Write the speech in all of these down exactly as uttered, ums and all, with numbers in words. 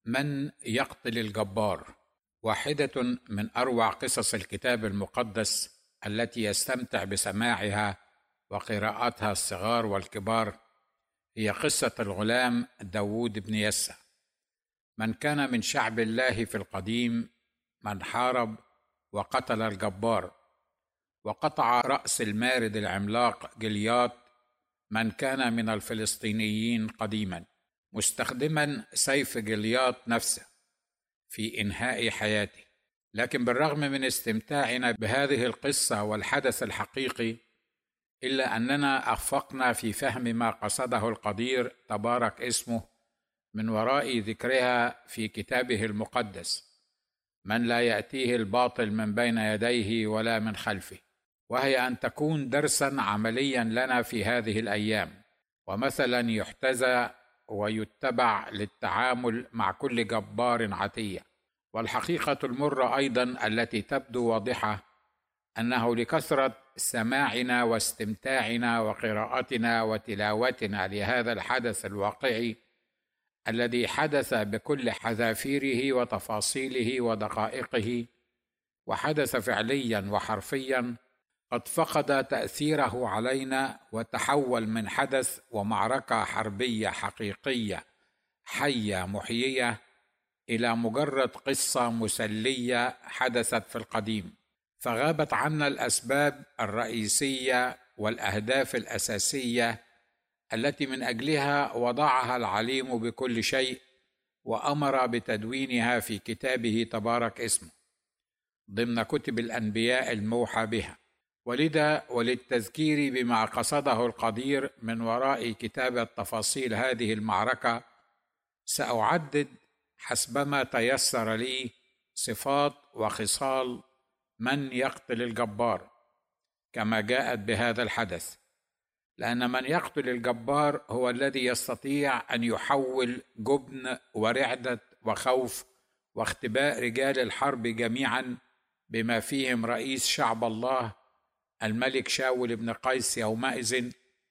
من يقتل الجبار؟ واحدة من أروع قصص الكتاب المقدس التي يستمتع بسماعها وقراءتها الصغار والكبار هي قصة الغلام داود بن يسى، من كان من شعب الله في القديم، من حارب وقتل الجبار وقطع رأس المارد العملاق جليات، من كان من الفلسطينيين قديما، مستخدما سيف جليات نفسه في إنهاء حياته. لكن بالرغم من استمتاعنا بهذه القصة والحدث الحقيقي، إلا أننا أخفقنا في فهم ما قصده القدير تبارك اسمه من وراء ذكرها في كتابه المقدس، من لا يأتيه الباطل من بين يديه ولا من خلفه، وهي أن تكون درسا عمليا لنا في هذه الأيام، ومثلا يحتذى ويتبع للتعامل مع كل جبار عتية. والحقيقة المرة أيضا التي تبدو واضحة أنه لكثرة سماعنا واستمتاعنا وقراءتنا وتلاوتنا لهذا الحدث الواقعي الذي حدث بكل حذافيره وتفاصيله ودقائقه، وحدث فعليا وحرفيا، قد فقد تأثيره علينا وتحول من حدث ومعركة حربية حقيقية حية محيية إلى مجرد قصة مسلية حدثت في القديم، فغابت عنا الأسباب الرئيسية والأهداف الأساسية التي من أجلها وضعها العليم بكل شيء وأمر بتدوينها في كتابه تبارك اسمه ضمن كتب الأنبياء الموحى بها. ولذا وللتذكير بما قصده القدير من وراء كتابة تفاصيل هذه المعركة، سأعدد حسبما تيسر لي صفات وخصال من يقتل الجبار كما جاءت بهذا الحدث، لأن من يقتل الجبار هو الذي يستطيع أن يحول جبن ورعدة وخوف واختباء رجال الحرب جميعا بما فيهم رئيس شعب الله الملك شاول بن قيس يومئذ،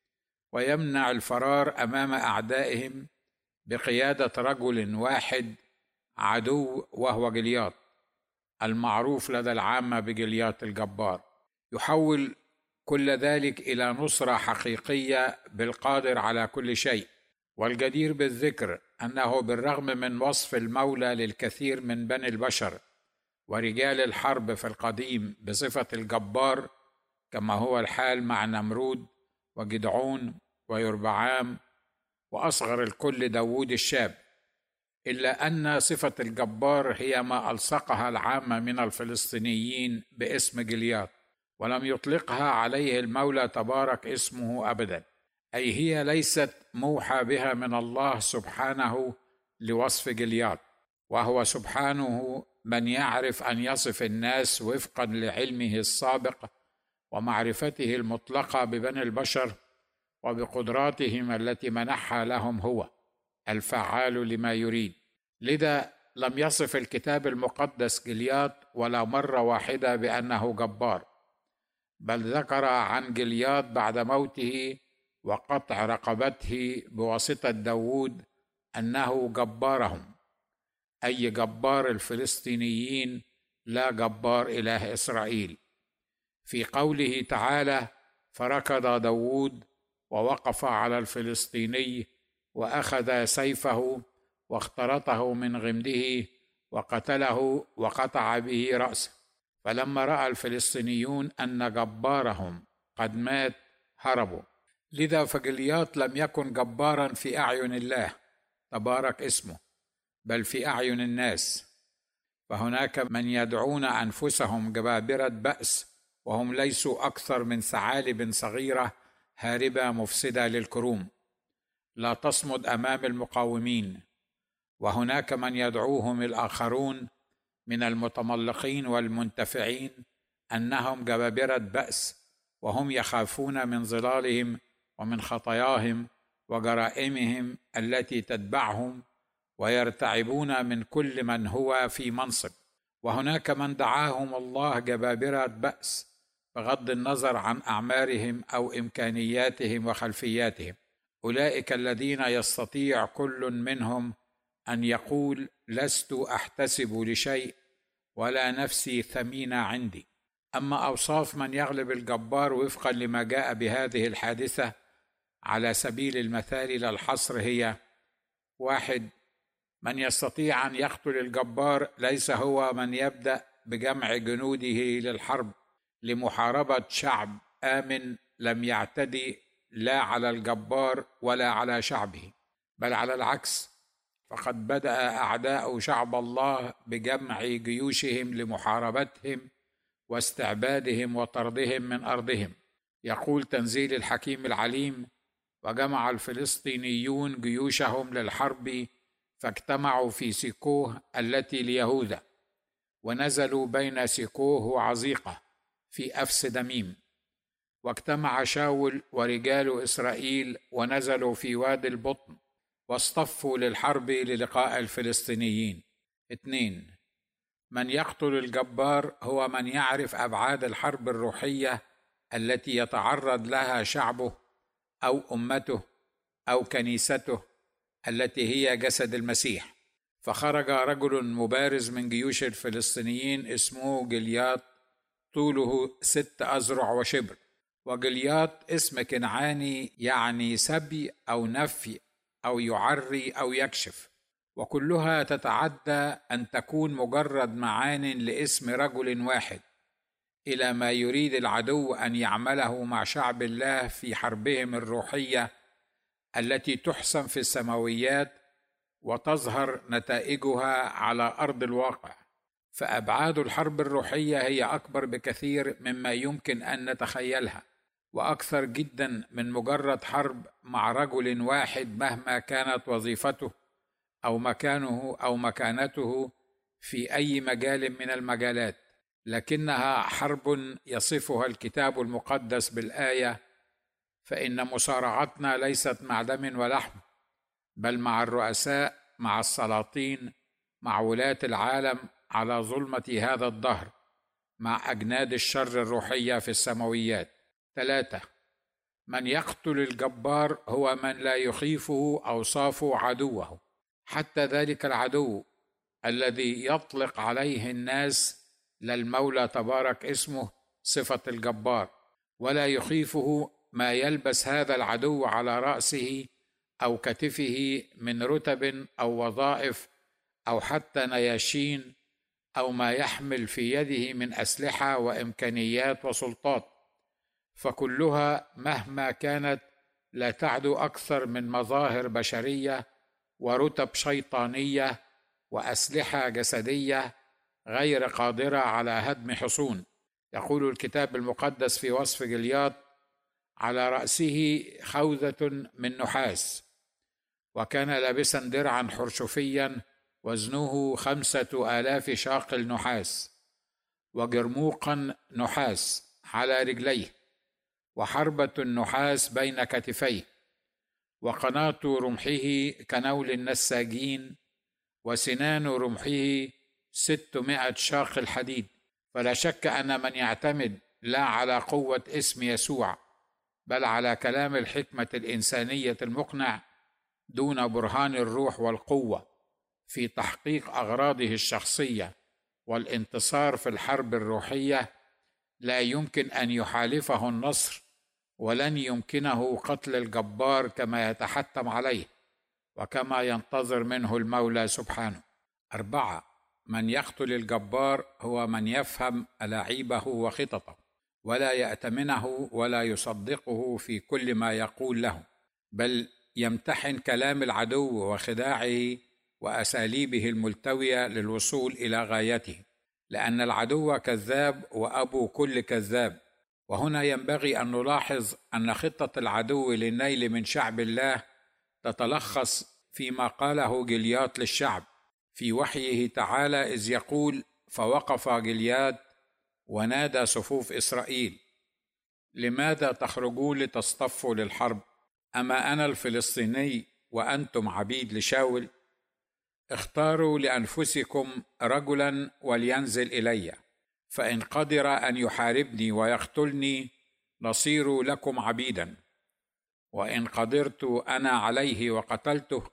ويمنع الفرار أمام أعدائهم بقيادة رجل واحد عدو وهو جليات المعروف لدى العامة بجليات الجبار، يحول كل ذلك إلى نصرة حقيقية بالقادر على كل شيء. والجدير بالذكر أنه بالرغم من وصف المولى للكثير من بني البشر ورجال الحرب في القديم بصفة الجبار، كما هو الحال مع نمرود وجدعون ويربعام وأصغر الكل داود الشاب، إلا أن صفة الجبار هي ما ألصقها العامة من الفلسطينيين باسم جليات، ولم يطلقها عليه المولى تبارك اسمه أبدا، أي هي ليست موحى بها من الله سبحانه لوصف جليات، وهو سبحانه من يعرف أن يصف الناس وفقا لعلمه السابق ومعرفته المطلقة ببني البشر وبقدراتهم التي منحها لهم، هو الفعال لما يريد. لذا لم يصف الكتاب المقدس جليات ولا مرة واحدة بأنه جبار، بل ذكر عن جليات بعد موته وقطع رقبته بواسطة داود أنه جبارهم، أي جبار الفلسطينيين لا جبار إله إسرائيل. في قوله تعالى: فركض داود ووقف على الفلسطيني وأخذ سيفه واخترطه من غمده وقتله وقطع به رأسه، فلما رأى الفلسطينيون أن جبارهم قد مات هربوا. لذا فجليات لم يكن جبارا في أعين الله تبارك اسمه، بل في أعين الناس، فهناك من يدعون أنفسهم جبابرة بأس وهم ليسوا أكثر من ثعالب صغيرة هاربة مفسدة للكروم لا تصمد أمام المقاومين، وهناك من يدعوهم الآخرون من المتملقين والمنتفعين أنهم جبابرة بأس، وهم يخافون من ظلالهم ومن خطاياهم وجرائمهم التي تتبعهم، ويرتعبون من كل من هو في منصب. وهناك من دعاهم الله جبابرة بأس بغض النظر عن أعمارهم أو إمكانياتهم وخلفياتهم، أولئك الذين يستطيع كل منهم أن يقول: لست أحتسب لشيء ولا نفسي ثمينة عندي. أما أوصاف من يغلب الجبار وفقا لما جاء بهذه الحادثة على سبيل المثال لا الحصر هي: واحد، من يستطيع أن يقتل الجبار ليس هو من يبدأ بجمع جنوده للحرب لمحاربة شعب آمن لم يعتدي لا على الجبار ولا على شعبه، بل على العكس، فقد بدأ أعداء شعب الله بجمع جيوشهم لمحاربتهم واستعبادهم وطردهم من أرضهم. يقول تنزيل الحكيم العليم: وجمع الفلسطينيون جيوشهم للحرب فاجتمعوا في سيكوه التي ليهوذا، ونزلوا بين سيكوه وعزيقة في أفس دميم. واجتمع شاول ورجال إسرائيل ونزلوا في وادي البطن واصطفوا للحرب للقاء الفلسطينيين. اثنين، من يقتل الجبار هو من يعرف أبعاد الحرب الروحية التي يتعرض لها شعبه أو أمته أو كنيسته التي هي جسد المسيح. فخرج رجل مبارز من جيوش الفلسطينيين اسمه جليات، طوله ست أذرع وشبر. وجليات اسم كنعاني يعني سبي أو نفي أو يعري أو يكشف، وكلها تتعدى أن تكون مجرد معان لاسم رجل واحد إلى ما يريد العدو أن يعمله مع شعب الله في حربهم الروحية التي تحسم في السماويات وتظهر نتائجها على أرض الواقع. فأبعاد الحرب الروحية هي أكبر بكثير مما يمكن أن نتخيلها، وأكثر جدا من مجرد حرب مع رجل واحد مهما كانت وظيفته أو مكانه أو مكانته في أي مجال من المجالات، لكنها حرب يصفها الكتاب المقدس بالآية: فإن مصارعتنا ليست مع دم ولحم بل مع الرؤساء، مع السلاطين، مع ولاة العالم على ظلمة هذا الدهر، مع أجناد الشر الروحية في السماويات. ثلاثة، من يقتل الجبار هو من لا يخيفه أوصاف عدوه، حتى ذلك العدو الذي يطلق عليه الناس للمولى تبارك اسمه صفة الجبار، ولا يخيفه ما يلبس هذا العدو على رأسه أو كتفه من رتب أو وظائف أو حتى نياشين، أو ما يحمل في يده من أسلحة وإمكانيات وسلطات، فكلها مهما كانت لا تعدو أكثر من مظاهر بشرية ورتب شيطانية وأسلحة جسدية غير قادرة على هدم حصون. يقول الكتاب المقدس في وصف جليات: على رأسه خوذة من نحاس، وكان لابسا درعا حرشفيا وزنه خمسة آلاف شاقل نحاس، وجرموقا نحاس على رجليه، وحربة النحاس بين كتفيه، وقناة رمحه كنول النساجين، وسنان رمحه ستمائة شاقل حديد. فلا شك أن من يعتمد لا على قوة اسم يسوع بل على كلام الحكمة الإنسانية المقنع دون برهان الروح والقوة في تحقيق أغراضه الشخصية والانتصار في الحرب الروحية لا يمكن أن يحالفه النصر، ولن يمكنه قتل الجبار كما يتحتم عليه وكما ينتظر منه المولى سبحانه. أربعة، من يقتل الجبار هو من يفهم ألاعيبه وخططه ولا يأتمنه ولا يصدقه في كل ما يقول له، بل يمتحن كلام العدو وخداعه وأساليبه الملتوية للوصول إلى غايته، لأن العدو كذاب وأبو كل كذاب. وهنا ينبغي أن نلاحظ أن خطة العدو للنيل من شعب الله تتلخص فيما قاله جليات للشعب في وحيه تعالى، إذ يقول: فوقف جليات ونادى صفوف إسرائيل: لماذا تخرجون لتصطفوا للحرب؟ أما أنا الفلسطيني وأنتم عبيد لشاول؟ اختاروا لأنفسكم رجلا ولينزل إلي، فإن قدر أن يحاربني ويقتلني نصير لكم عبيدا، وإن قدرت أنا عليه وقتلته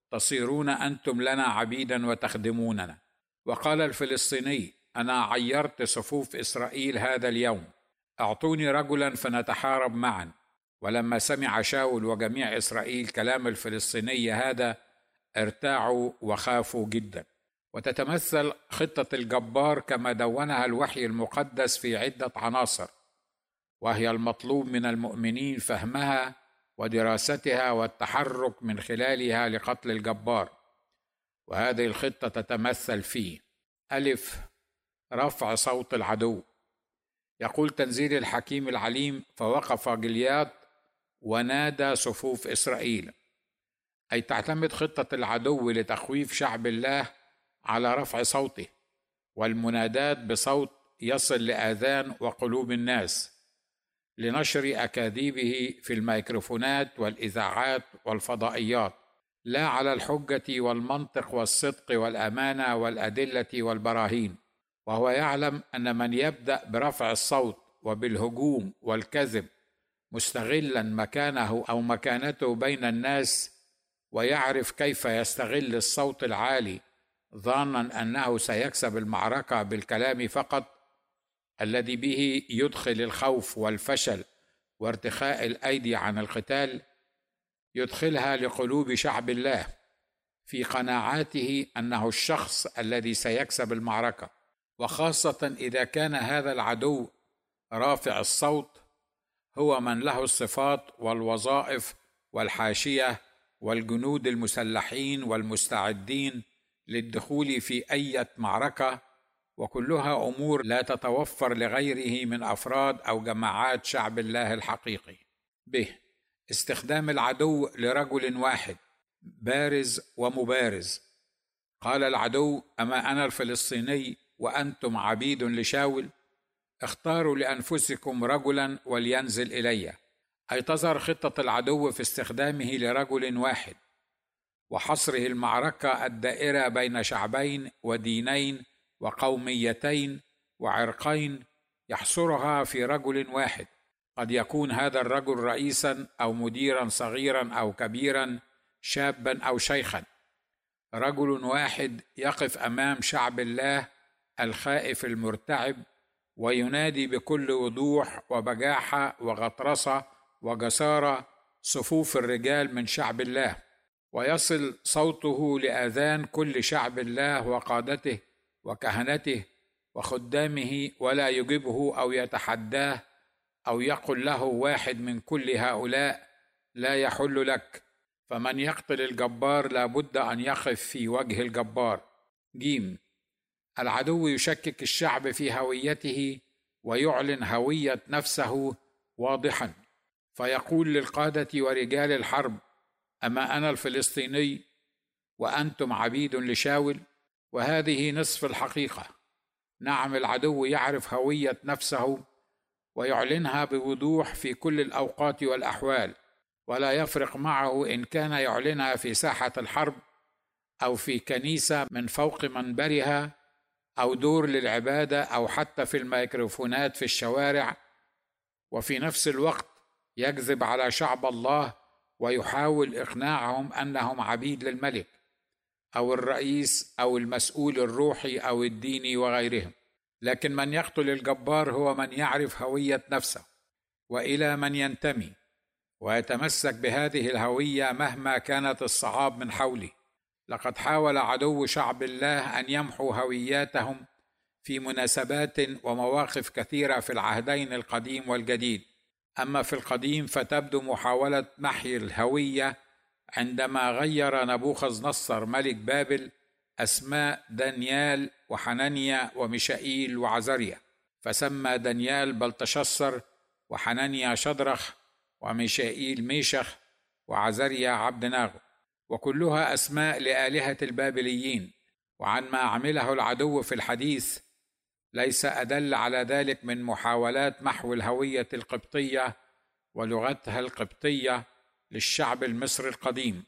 تصيرون أنتم لنا عبيدا وتخدموننا. وقال الفلسطيني: أنا عيرت صفوف إسرائيل هذا اليوم، أعطوني رجلا فنتحارب معا. ولما سمع شاول وجميع إسرائيل كلام الفلسطيني هذا ارتاعوا وخافوا جدا. وتتمثل خطة الجبار كما دونها الوحي المقدس في عدة عناصر، وهي المطلوب من المؤمنين فهمها ودراستها والتحرك من خلالها لقتل الجبار. وهذه الخطة تتمثل في: ألف، رفع صوت العدو. يقول تنزيل الحكيم العليم: فوقف جلياد ونادى صفوف إسرائيل، أي تعتمد خطة العدو لتخويف شعب الله على رفع صوته والمنادات بصوت يصل لآذان وقلوب الناس، لنشر أكاذيبه في الميكروفونات والإذاعات والفضائيات، لا على الحجة والمنطق والصدق والأمانة والأدلة والبراهين. وهو يعلم أن من يبدأ برفع الصوت وبالهجوم والكذب مستغلا مكانه أو مكانته بين الناس، ويعرف كيف يستغل الصوت العالي ظانا أنه سيكسب المعركة بالكلام فقط، الذي به يدخل الخوف والفشل وارتخاء الأيدي عن القتال، يدخلها لقلوب شعب الله في قناعاته أنه الشخص الذي سيكسب المعركة، وخاصة إذا كان هذا العدو رافع الصوت هو من له الصفات والوظائف والحاشية والجنود المسلحين والمستعدين للدخول في أي معركة، وكلها أمور لا تتوفر لغيره من أفراد أو جماعات شعب الله الحقيقي. ب. استخدام العدو لرجل واحد بارز ومبارز. قال العدو: أما أنا الفلسطيني وأنتم عبيد لشاول؟ اختاروا لأنفسكم رجلا ولينزل إلي. أي تظهر خطة العدو في استخدامه لرجل واحد وحصره المعركة الدائرة بين شعبين ودينين وقوميتين وعرقين، يحصرها في رجل واحد. قد يكون هذا الرجل رئيسا أو مديرا صغيرا أو كبيرا، شابا أو شيخا. رجل واحد يقف أمام شعب الله الخائف المرتعب وينادي بكل وضوح وبجاحة وغطرسة وجسارة صفوف الرجال من شعب الله، ويصل صوته لآذان كل شعب الله وقادته وكهنته وخدامه، ولا يجيبه أو يتحداه أو يقل له واحد من كل هؤلاء: لا يحل لك. فمن يقتل الجبار لابد أن يقف في وجه الجبار. جيم. العدو يشكك الشعب في هويته ويعلن هوية نفسه واضحا، فيقول للقادة ورجال الحرب: أما أنا الفلسطيني وأنتم عبيد لشاول. وهذه نصف الحقيقة. نعم، العدو يعرف هوية نفسه ويعلنها بوضوح في كل الأوقات والأحوال، ولا يفرق معه إن كان يعلنها في ساحة الحرب أو في كنيسة من فوق منبرها أو دور للعبادة أو حتى في الميكروفونات في الشوارع. وفي نفس الوقت يكذب على شعب الله ويحاول إقناعهم أنهم عبيد للملك أو الرئيس أو المسؤول الروحي أو الديني وغيرهم. لكن من يقتل الجبار هو من يعرف هوية نفسه وإلى من ينتمي، ويتمسك بهذه الهوية مهما كانت الصعاب من حوله. لقد حاول عدو شعب الله أن يمحو هوياتهم في مناسبات ومواقف كثيرة في العهدين القديم والجديد. أما في القديم فتبدو محاولة محي الهوية عندما غير نبوخذ نصر ملك بابل أسماء دانيال وحنانيا وميشائيل وعزريا، فسمى دانيال بلتشصر وحنانيا شدرخ وميشائيل ميشخ وعزريا عبدناغو، وكلها أسماء لآلهة البابليين. وعن ما عمله العدو في الحديث ليس أدل على ذلك من محاولات محو الهوية القبطية ولغتها القبطية للشعب المصري القديم،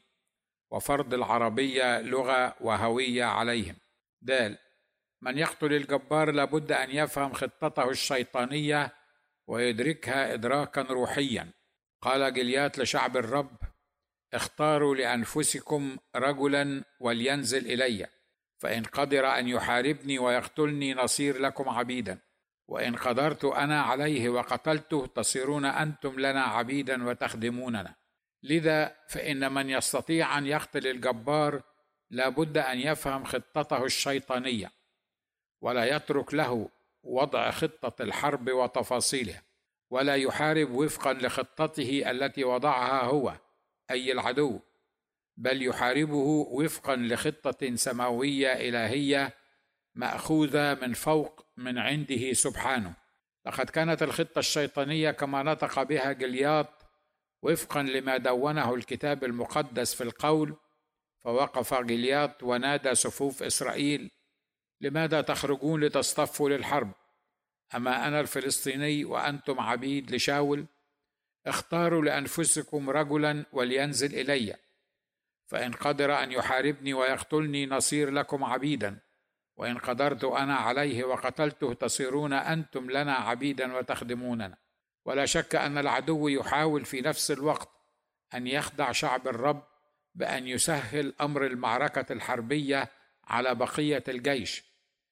وفرض العربية لغة وهوية عليهم. دال. من يقتل الجبار لابد أن يفهم خطته الشيطانية ويدركها إدراكا روحيا. قال جليات لشعب الرب: اختاروا لأنفسكم رجلا ولينزل إلي، فإن قدر أن يحاربني ويقتلني نصير لكم عبيدا، وإن قدرت أنا عليه وقتلته تصيرون أنتم لنا عبيدا وتخدموننا. لذا فإن من يستطيع أن يقتل الجبار لا بد أن يفهم خطته الشيطانية، ولا يترك له وضع خطة الحرب وتفاصيلها، ولا يحارب وفقا لخطته التي وضعها هو أي العدو، بل يحاربه وفقا لخطة سماوية إلهية مأخوذة من فوق من عنده سبحانه. لقد كانت الخطة الشيطانية كما نطق بها جليات وفقا لما دونه الكتاب المقدس في القول: فوقف جليات ونادى صفوف إسرائيل: لماذا تخرجون لتصطفوا للحرب؟ أما أنا الفلسطيني وأنتم عبيد لشاول؟ اختاروا لأنفسكم رجلا ولينزل إلي، فإن قدر أن يحاربني ويقتلني نصير لكم عبيدا، وإن قدرت أنا عليه وقتلته تصيرون أنتم لنا عبيدا وتخدموننا. ولا شك أن العدو يحاول في نفس الوقت أن يخدع شعب الرب بأن يسهل أمر المعركة الحربية على بقية الجيش،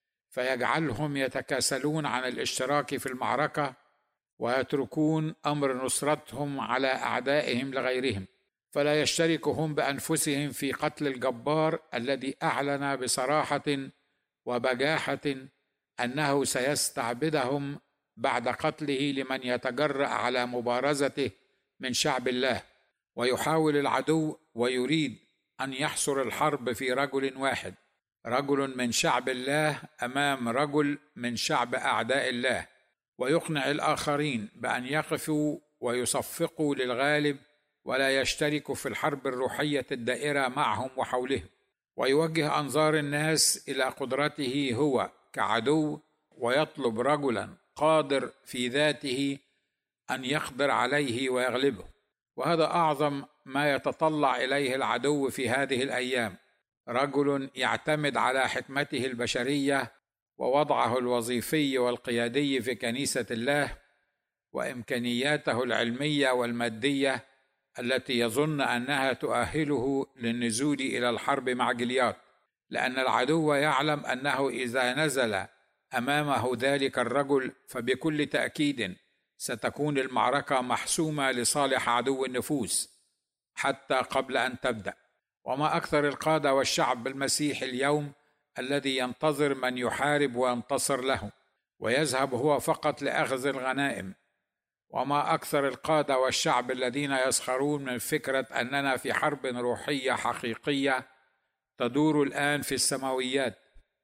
فيجعلهم يتكاسلون عن الاشتراك في المعركة ويتركون أمر نصرتهم على أعدائهم لغيرهم، فلا يشتركوا هم بأنفسهم في قتل الجبار الذي أعلن بصراحة وبجاحة أنه سيستعبدهم بعد قتله لمن يتجرأ على مبارزته من شعب الله. ويحاول العدو ويريد أن يحصر الحرب في رجل واحد، رجل من شعب الله أمام رجل من شعب أعداء الله، ويقنع الآخرين بأن يقفوا ويصفقوا للغالب ولا يشتركوا في الحرب الروحية الدائرة معهم وحولهم، ويوجه أنظار الناس إلى قدرته هو كعدو، ويطلب رجلا قادر في ذاته أن يقدر عليه ويغلبه. وهذا أعظم ما يتطلع إليه العدو في هذه الأيام، رجل يعتمد على حكمته البشرية ووضعه الوظيفي والقيادي في كنيسة الله وإمكانياته العلمية والمادية التي يظن أنها تؤهله للنزول إلى الحرب مع جليات، لأن العدو يعلم أنه إذا نزل أمامه ذلك الرجل فبكل تأكيد ستكون المعركة محسومة لصالح عدو النفوس حتى قبل أن تبدأ. وما أكثر القادة والشعب المسيحي اليوم الذي ينتظر من يحارب وينتصر له ويذهب هو فقط لأخذ الغنائم، وما أكثر القادة والشعب الذين يسخرون من فكرة أننا في حرب روحية حقيقية تدور الآن في السماويات،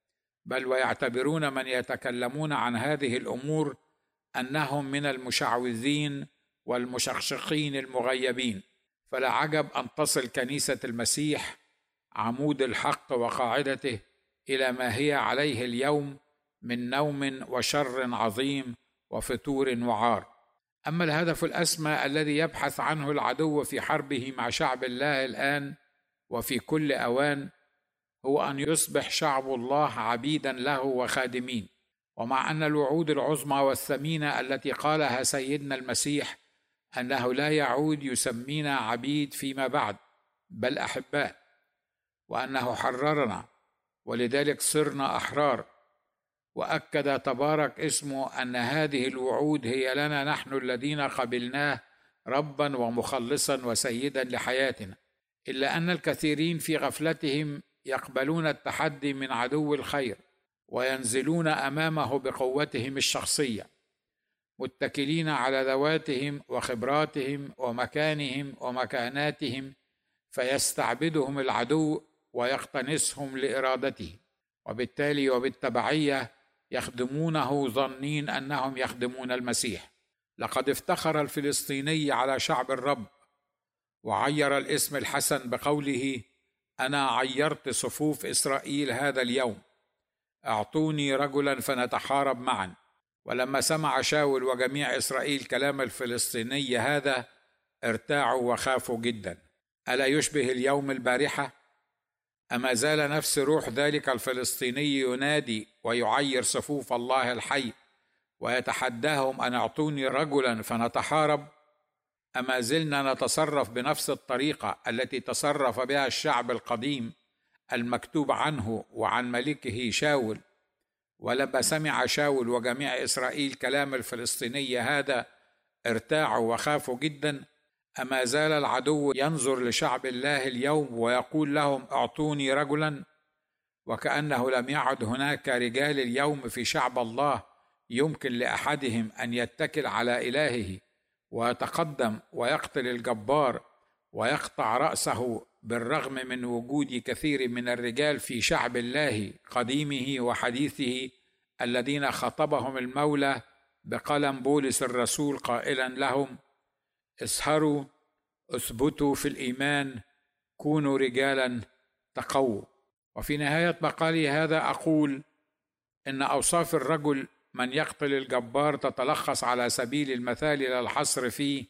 بل ويعتبرون من يتكلمون عن هذه الأمور أنهم من المشعوذين والمشقشقين المغيبين. فلا عجب أن تصل كنيسة المسيح عمود الحق وقاعدته إلى ما هي عليه اليوم من نوم وشر عظيم وفتور وعار. أما الهدف الأسمى الذي يبحث عنه العدو في حربه مع شعب الله الآن وفي كل أوان هو أن يصبح شعب الله عبيدا له وخادمين. ومع أن الوعود العظمى والثمينة التي قالها سيدنا المسيح أنه لا يعود يسمينا عبيد فيما بعد بل أحباء، وأنه حررنا ولذلك صرنا أحرار، وأكد تبارك اسمه أن هذه الوعود هي لنا نحن الذين قبلناه ربا ومخلصا وسيدا لحياتنا. إلا أن الكثيرين في غفلتهم يقبلون التحدي من عدو الخير وينزلون أمامه بقوتهم الشخصية، متكلين على ذواتهم وخبراتهم ومكانهم ومكاناتهم، فيستعبدهم العدو ويقتنصهم لإرادته، وبالتالي وبالتبعية يخدمونه ظنين أنهم يخدمون المسيح. لقد افتخر الفلسطيني على شعب الرب وعير الاسم الحسن بقوله: أنا عيرت صفوف إسرائيل هذا اليوم، أعطوني رجلا فنتحارب معا. ولما سمع شاول وجميع إسرائيل كلام الفلسطيني هذا ارتاعوا وخافوا جدا. ألا يشبه اليوم البارحة؟ أما زال نفس روح ذلك الفلسطيني ينادي ويعير صفوف الله الحي ويتحداهم أن أعطوني رجلا فنتحارب؟ أما زلنا نتصرف بنفس الطريقة التي تصرف بها الشعب القديم المكتوب عنه وعن ملكه شاول؟ ولما سمع شاول وجميع إسرائيل كلام الفلسطيني هذا ارتاعوا وخافوا جدا. أما زال العدو ينظر لشعب الله اليوم ويقول لهم اعطوني رجلا؟ وكأنه لم يعد هناك رجال اليوم في شعب الله يمكن لأحدهم أن يتكل على إلهه ويتقدم ويقتل الجبار ويقطع رأسه، بالرغم من وجود كثير من الرجال في شعب الله قديمه وحديثه الذين خاطبهم المولى بقلم بولس الرسول قائلا لهم: اسهروا، اثبتوا في الإيمان، كونوا رجالا، تقووا. وفي نهاية مقالي هذا أقول إن أوصاف الرجل من يقتل الجبار تتلخص على سبيل المثال إلى الحصر فيه: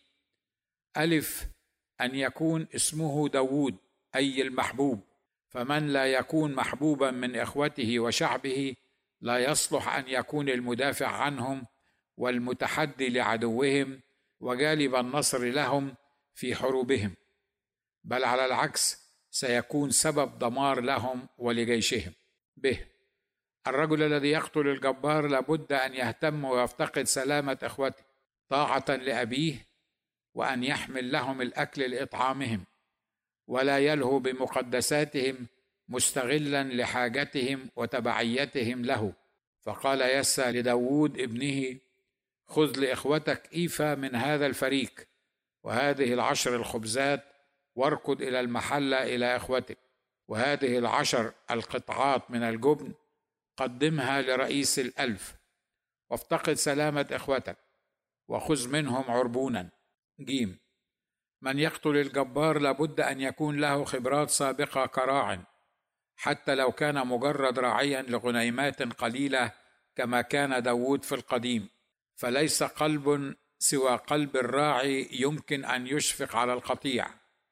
ألف، أن يكون اسمه داود أي المحبوب، فمن لا يكون محبوبا من إخوته وشعبه لا يصلح أن يكون المدافع عنهم والمتحدي لعدوهم وجالب النصر لهم في حروبهم، بل على العكس سيكون سبب دمار لهم ولجيشهم. به، الرجل الذي يقتل الجبار لابد أن يهتم ويفتقد سلامة إخوته طاعة لأبيه، وأن يحمل لهم الأكل لإطعامهم، ولا يلهو بمقدساتهم مستغلا لحاجتهم وتبعيتهم له. فقال يسى لداود ابنه: خذ لإخوتك إيفا من هذا الفريك وهذه العشر الخبزات، واركض إلى المحلة إلى إخوتك، وهذه العشر القطعات من الجبن قدمها لرئيس الألف، وافتقد سلامة إخوتك وخذ منهم عربونا. جيم، من يقتل الجبار لابد أن يكون له خبرات سابقة كراع، حتى لو كان مجرد راعيا لغنيمات قليلة كما كان داود في القديم، فليس قلب سوى قلب الراعي يمكن أن يشفق على القطيع.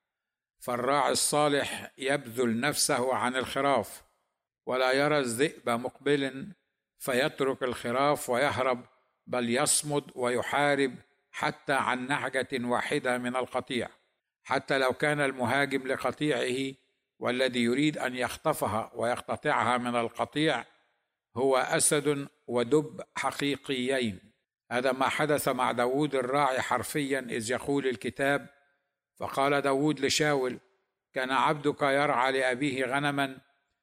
فالراعي الصالح يبذل نفسه عن الخراف، ولا يرى الذئب مقبل فيترك الخراف ويهرب، بل يصمد ويحارب حتى عن نعجة واحدة من القطيع، حتى لو كان المهاجم لقطيعه والذي يريد أن يخطفها ويقتطعها من القطيع هو أسد ودب حقيقيين. هذا ما حدث مع داود الراعي حرفيا، إذ يقول الكتاب: فقال داود لشاول: كان عبدك يرعى لأبيه غنما،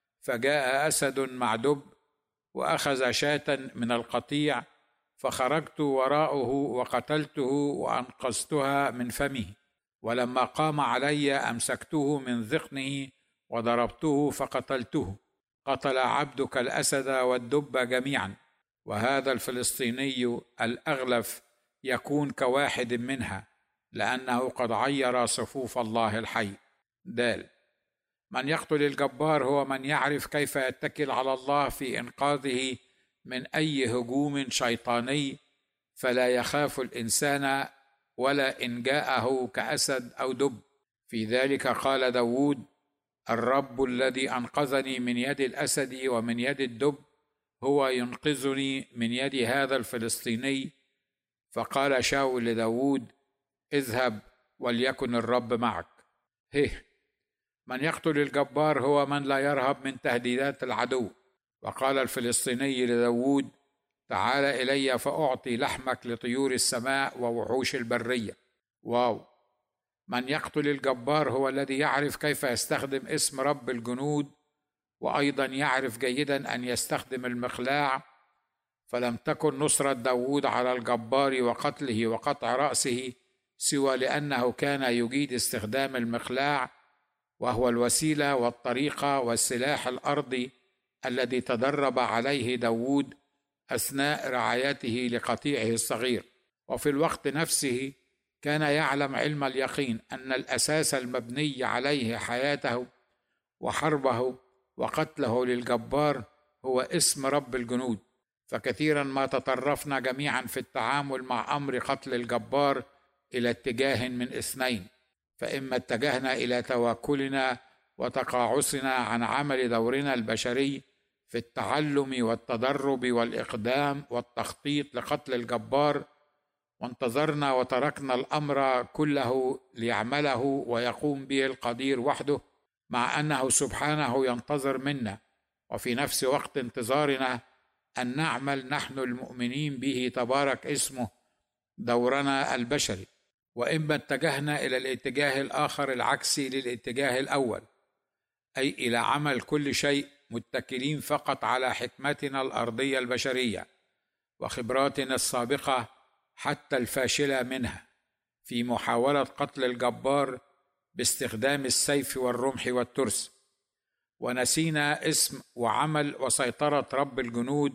فجاء أسد مع دب وأخذ شاة من القطيع، فخرجت وراءه وقتلته وأنقذتها من فمه، ولما قام علي أمسكته من ذقنه وضربته فقتلته. قتل عبدك الأسد والدب جميعا، وهذا الفلسطيني الأغلف يكون كواحد منها، لأنه قد عير صفوف الله الحي. دال، من يقتل الجبار هو من يعرف كيف يتكل على الله في إنقاذه من أي هجوم شيطاني، فلا يخاف الإنسان ولا إن جاءه كأسد أو دب. في ذلك قال داود: الرب الذي أنقذني من يد الأسد ومن يد الدب هو ينقذني من يد هذا الفلسطيني. فقال شاول لداود: اذهب وليكن الرب معك. هه، من يقتل الجبار هو من لا يرهب من تهديدات العدو. وقال الفلسطيني لداود: تعال إلي فأعطي لحمك لطيور السماء ووحوش البرية. واو، من يقتل الجبار هو الذي يعرف كيف يستخدم اسم رب الجنود، وأيضا يعرف جيدا أن يستخدم المقلاع. فلم تكن نصرة داود على الجبار وقتله وقطع رأسه سوى لأنه كان يجيد استخدام المقلاع، وهو الوسيلة والطريقة والسلاح الأرضي الذي تدرب عليه داود أثناء رعايته لقطيعه الصغير. وفي الوقت نفسه كان يعلم علم اليقين أن الأساس المبني عليه حياته وحربه وقتله للجبار هو اسم رب الجنود. فكثيرا ما تطرفنا جميعا في التعامل مع أمر قتل الجبار إلى اتجاه من اثنين: فإما اتجهنا إلى توكلنا وتقاعسنا عن عمل دورنا البشري في التعلم والتدرب والإقدام والتخطيط لقتل الجبار، وانتظرنا وتركنا الأمر كله ليعمله ويقوم به القدير وحده، مع أنه سبحانه ينتظر منا وفي نفس وقت انتظارنا أن نعمل نحن المؤمنين به تبارك اسمه دورنا البشري. وإما اتجهنا إلى الاتجاه الآخر العكسي للاتجاه الأول، أي إلى عمل كل شيء متكلين فقط على حكمتنا الأرضية البشرية وخبراتنا السابقة حتى الفاشلة منها في محاولة قتل الجبار باستخدام السيف والرمح والترس، ونسينا اسم وعمل وسيطرة رب الجنود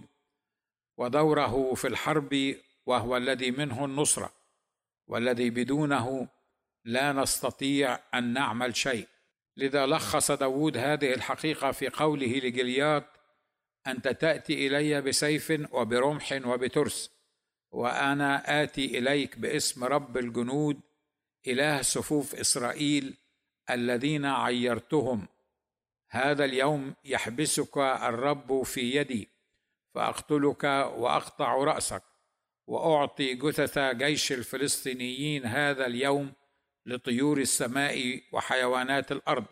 ودوره في الحرب، وهو الذي منه النصرة، والذي بدونه لا نستطيع أن نعمل شيء. لذا لخص داود هذه الحقيقة في قوله لجليات: أنت تأتي إلي بسيف وبرمح وبترس، وأنا آتي إليك باسم رب الجنود إله صفوف إسرائيل الذين عيرتهم. هذا اليوم يحبسك الرب في يدي، فأقتلك وأقطع رأسك، وأعطي جثث جيش الفلسطينيين هذا اليوم لطيور السماء وحيوانات الأرض،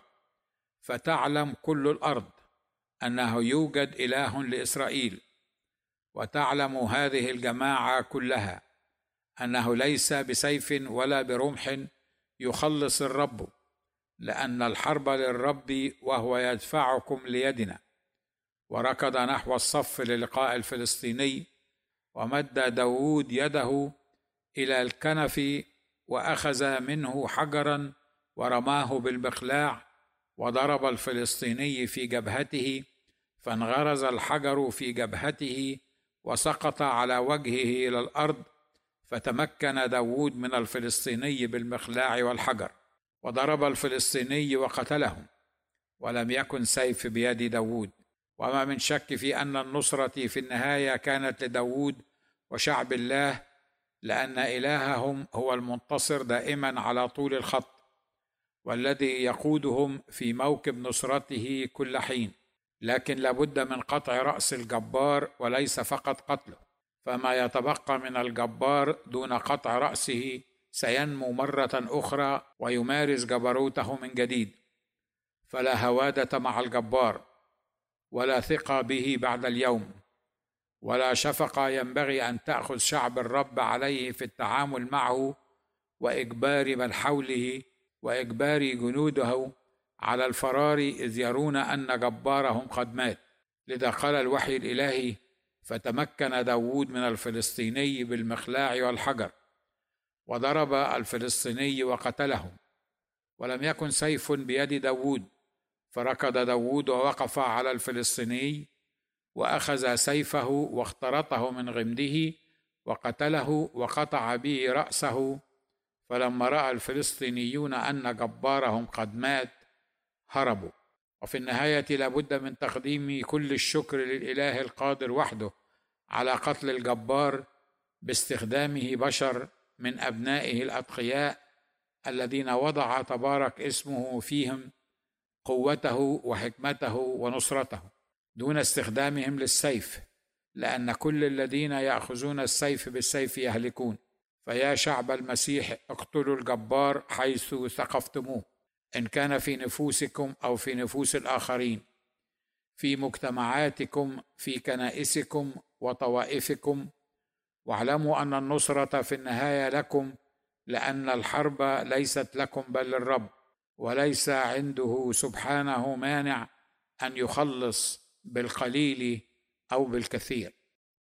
فتعلم كل الأرض أنه يوجد إله لإسرائيل، وتعلم هذه الجماعة كلها أنه ليس بسيف ولا برمح يخلص الرب، لأن الحرب للرب وهو يدفعكم ليدنا. وركض نحو الصف للقاء الفلسطيني، ومد داود يده إلى الكنف وأخذ منه حجرا ورماه بالمقلاع، وضرب الفلسطيني في جبهته، فانغرز الحجر في جبهته وسقط على وجهه إلى الأرض، فتمكن داود من الفلسطيني بالمقلاع والحجر، وضرب الفلسطيني وقتله، ولم يكن سيف بيد داود. وما من شك في أن النصرة في النهاية كانت لداود وشعب الله، لأن إلههم هو المنتصر دائما على طول الخط، والذي يقودهم في موكب نصرته كل حين. لكن لابد من قطع رأس الجبار وليس فقط قتله، فما يتبقى من الجبار دون قطع رأسه سينمو مرة أخرى ويمارس جبروته من جديد. فلا هوادة مع الجبار، ولا ثقة به بعد اليوم، ولا شفقة ينبغي أن تأخذ شعب الرب عليه في التعامل معه وإجبار من حوله وإجبار جنوده على الفرار، إذ يرون أن جبارهم قد مات. لذا قال الوحي الإلهي: فتمكن داود من الفلسطيني بالمقلاع والحجر، وضرب الفلسطيني وقتلهم، ولم يكن سيف بيد داود، فركض داود ووقف على الفلسطيني وأخذ سيفه واخترطه من غمده وقتله وقطع به رأسه. فلما رأى الفلسطينيون أن جبارهم قد مات هربوا. وفي النهاية لابد من تقديم كل الشكر للإله القادر وحده على قتل الجبار باستخدامه بشر من أبنائه الأتقياء الذين وضع تبارك اسمه فيهم قوته وحكمته ونصرته دون استخدامهم للسيف، لأن كل الذين يأخذون السيف بالسيف يهلكون. فيا شعب المسيح، اقتلوا الجبار حيث ثقفتموه، إن كان في نفوسكم أو في نفوس الآخرين، في مجتمعاتكم، في كنائسكم وطوائفكم، واعلموا أن النصرة في النهاية لكم، لأن الحرب ليست لكم بل للرب، وليس عنده سبحانه مانع أن يخلص بالقليل أو بالكثير.